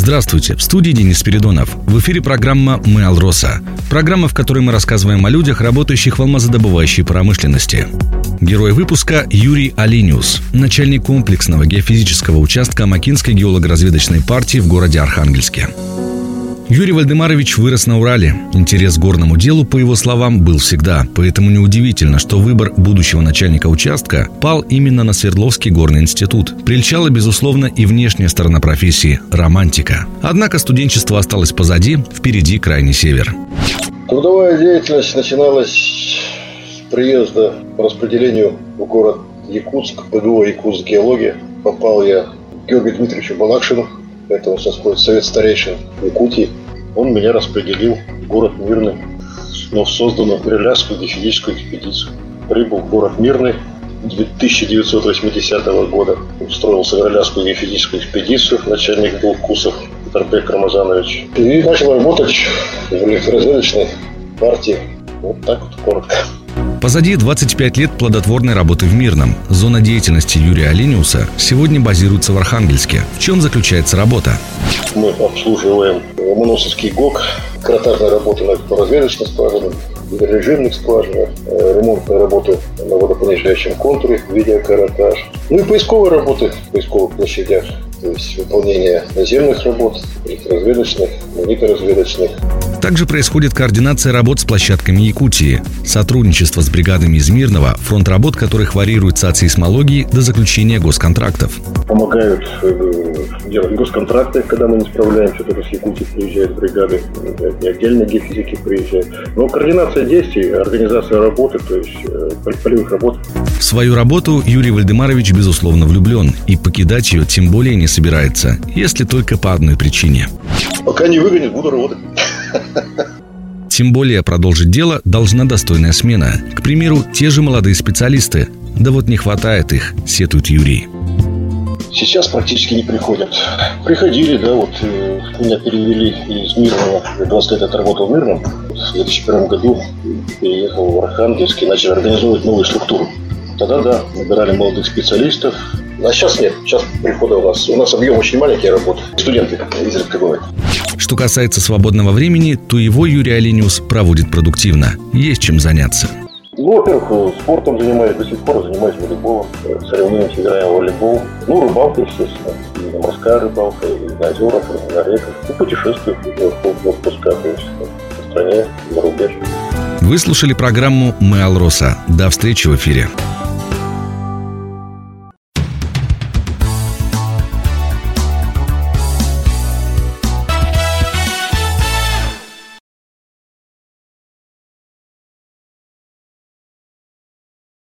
Здравствуйте, в студии Денис Спиридонов. В эфире программа «Мы Алроса». Программа, в которой мы рассказываем о людях, работающих в алмазодобывающей промышленности. Герой выпуска Юрий Алиниус, начальник комплексного геофизического участка Макинской геолого-разведочной партии в городе Архангельске. Юрий Вальдемарович вырос на Урале. Интерес к горному делу, по его словам, был всегда. Поэтому неудивительно, что выбор будущего начальника участка пал именно на Свердловский горный институт. Прельщала, безусловно, и внешняя сторона профессии – романтика. Однако студенчество осталось позади, впереди крайний север. Трудовая деятельность начиналась с приезда по распределению в город Якутск, ПГО «Якутск геология». Попал я к Георгию Дмитриевичу Балакшину. Это у нас находится совет старейшин в Якутии. Он меня распределил в город Мирный, но в созданную Гореляцкую геофизическую экспедицию. Прибыл в город Мирный 1980 года. Устроился в Гореляцкую геофизическую экспедицию. Начальник был Кусов Тарбек Рамазанович. И начал работать в электрозведочной партии. Вот так вот коротко. Позади 25 лет плодотворной работы в Мирном. Зона деятельности Юрия Алиниуса сегодня базируется в Архангельске. В чем заключается работа? Мы обслуживаем Ломоносовский ГОК, каротажные работы на разведочных скважинах, режимных скважинах, ремонтные работы на водопонижающем контуре, видеокаротаж. Ну и поисковые работы в поисковых площадях. То есть выполнение наземных работ, разведочных, монитороразведочных. Также происходит координация работ с площадками Якутии, сотрудничество с бригадами из Мирного, фронт работ которых варьируется от сейсмологии до заключения госконтрактов. Помогают делать госконтракты, когда мы не справляемся, только с Якутии приезжают бригады, и отдельные геофизики приезжают. Но координация действий, организация работы, то есть полевых работ. В свою работу Юрий Вальдемарович, безусловно, влюблен, и покидать ее тем более не собирается, если только по одной причине. Пока не выгонят, буду работать. Тем более продолжить дело должна достойная смена. К примеру, те же молодые специалисты. Да вот не хватает их, сетует Юрий. Сейчас практически не приходят. Приходили, да, вот меня перевели из Мирного. Я 20 лет отработал в Мирном. В 2001 году переехал в Архангельск и начал организовывать новую структуру. Тогда, да, набирали молодых специалистов. А сейчас нет. Сейчас прихода у нас объем очень маленький работы. Студенты изредка бывают. Что касается свободного времени, то его Юрий Алиниус проводит продуктивно. Есть чем заняться. Ну, во-первых, спортом занимаюсь, до сих пор занимаюсь волейболом. Соревнуемся, играем в волейбол. Ну, рыбалка, естественно. И морская рыбалка, и на озерах, и на реках. И путешествую в отпусках, то есть по стране, за рубеж. Вы слушали программу «Мы Алроса». До встречи в эфире.